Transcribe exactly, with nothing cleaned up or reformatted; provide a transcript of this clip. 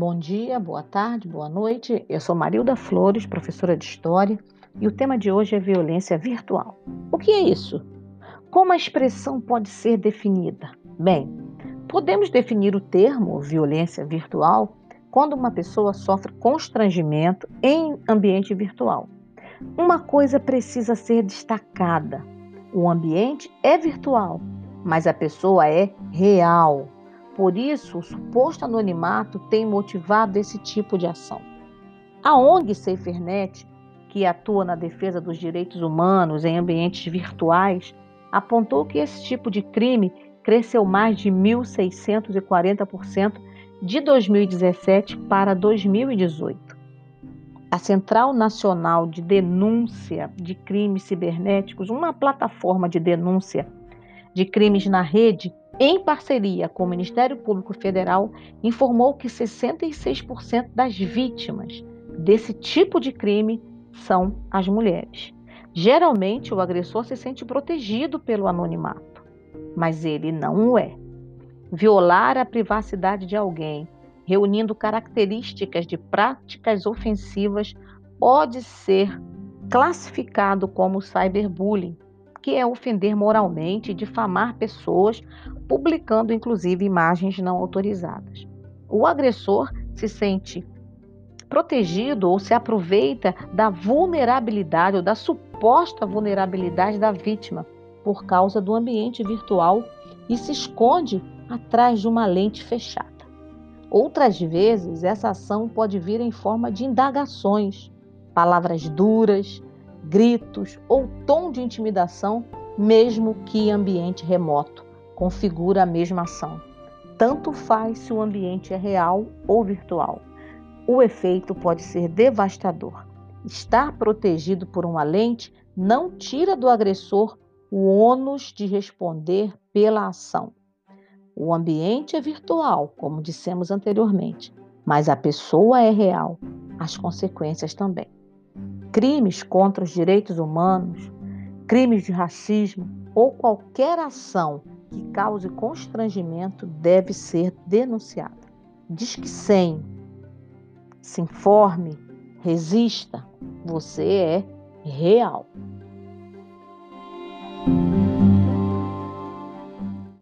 Bom dia, boa tarde, boa noite. Eu sou Marilda Flores, professora de História, e o tema de hoje é violência virtual. O que é isso? Como a expressão pode ser definida? Bem, podemos definir o termo violência virtual quando uma pessoa sofre constrangimento em ambiente virtual. Uma coisa precisa ser destacada: o ambiente é virtual, mas a pessoa é real. Por isso, o suposto anonimato tem motivado esse tipo de ação. A O N G SaferNet, que atua na defesa dos direitos humanos em ambientes virtuais, apontou que esse tipo de crime cresceu mais de mil seiscentos e quarenta por cento de dois mil e dezessete para dois mil e dezoito. A Central Nacional de Denúncia de Crimes Cibernéticos, uma plataforma de denúncia de crimes na rede, em parceria com o Ministério Público Federal, informou que sessenta e seis por cento das vítimas desse tipo de crime são as mulheres. Geralmente, o agressor se sente protegido pelo anonimato, mas ele não o é. Violar a privacidade de alguém, reunindo características de práticas ofensivas, pode ser classificado como cyberbullying, que é ofender moralmente e difamar pessoas, publicando inclusive imagens não autorizadas. O agressor se sente protegido ou se aproveita da vulnerabilidade ou da suposta vulnerabilidade da vítima por causa do ambiente virtual e se esconde atrás de uma lente fechada. Outras vezes, essa ação pode vir em forma de indagações, palavras duras, gritos ou tom de intimidação, mesmo que em ambiente remoto, configura a mesma ação. Tanto faz se o ambiente é real ou virtual. O efeito pode ser devastador. Estar protegido por uma lente não tira do agressor o ônus de responder pela ação. O ambiente é virtual, como dissemos anteriormente, mas a pessoa é real, as consequências também. Crimes contra os direitos humanos, crimes de racismo ou qualquer ação que cause constrangimento deve ser denunciada. Disque cem, se informe, resista, você é real.